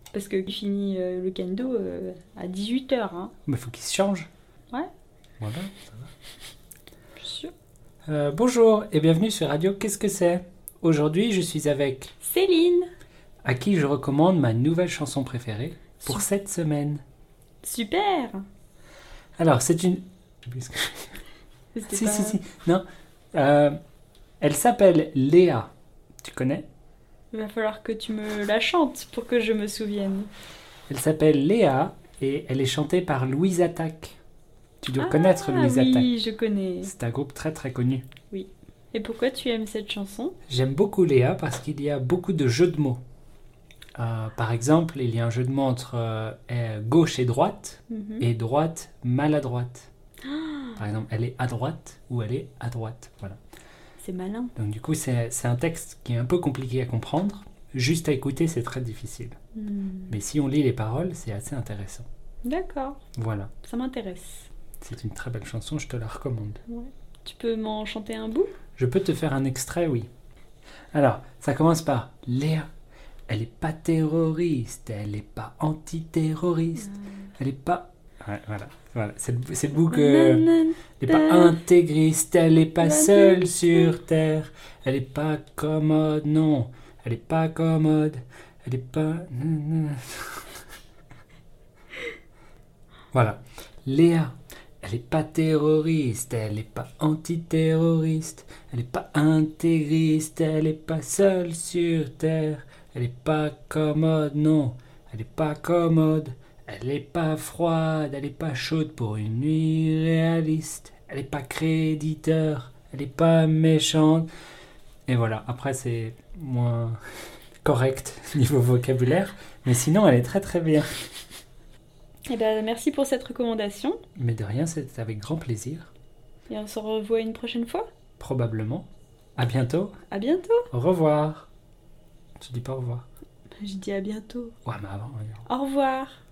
Parce que tu finis le kendo à 18h, hein. Mais faut qu'il se change. Ouais. Voilà. Je suis sûre. Bonjour et bienvenue sur Radio Qu'est-ce que c'est. Aujourd'hui, je suis avec Céline. à qui je recommande ma nouvelle chanson préférée pour cette semaine. Super. Alors, c'est une... C'était Si, pas- si, si. Non. Elle s'appelle Léa. Tu connais? Il va falloir que tu me la chantes pour que je me souvienne. Elle s'appelle Léa et elle est chantée par Louise Attaque. Tu dois connaître Louise oui, Attaque. je connais. C'est un groupe très très connu. Et pourquoi tu aimes cette chanson? J'aime beaucoup Léa parce qu'il y a beaucoup de jeux de mots. Par exemple, il y a un jeu de mots entre gauche et droite, Mhm. et droite maladroite. Par exemple, elle est à droite ou elle est à droite. Voilà. C'est malin. Donc du coup, c'est un texte qui est un peu compliqué à comprendre. Juste à écouter, c'est très difficile. Mais si on lit les paroles, c'est assez intéressant. D'accord, Voilà. ça m'intéresse. C'est une très belle chanson, je te la recommande. Tu peux m'en chanter un bout? Je peux te faire un extrait, oui. Alors, ça commence par Léa. Elle est pas terroriste, elle est pas antiterroriste, elle est pas... Ouais, voilà. C'est le bout que... Elle est pas intégriste, elle est pas seule sur Terre, elle est pas commode, non, elle est pas commode, elle est pas... Voilà. Léa, elle est pas terroriste, elle est pas antiterroriste, elle est pas intégriste, elle est pas seule sur Terre, elle est pas commode, non, elle est pas commode, elle est pas froide, elle est pas chaude pour une nuit réaliste, elle est pas créditeur, elle est pas méchante. Et voilà, après c'est moins correct niveau vocabulaire, mais sinon elle est très très bien. Eh ben, merci pour cette recommandation. Mais de rien, c'est avec grand plaisir, Et on se revoit une prochaine fois. probablement. À bientôt, À bientôt. au revoir. Tu dis pas au revoir. Je dis à bientôt. Ouais, mais avant, regarde. Au revoir.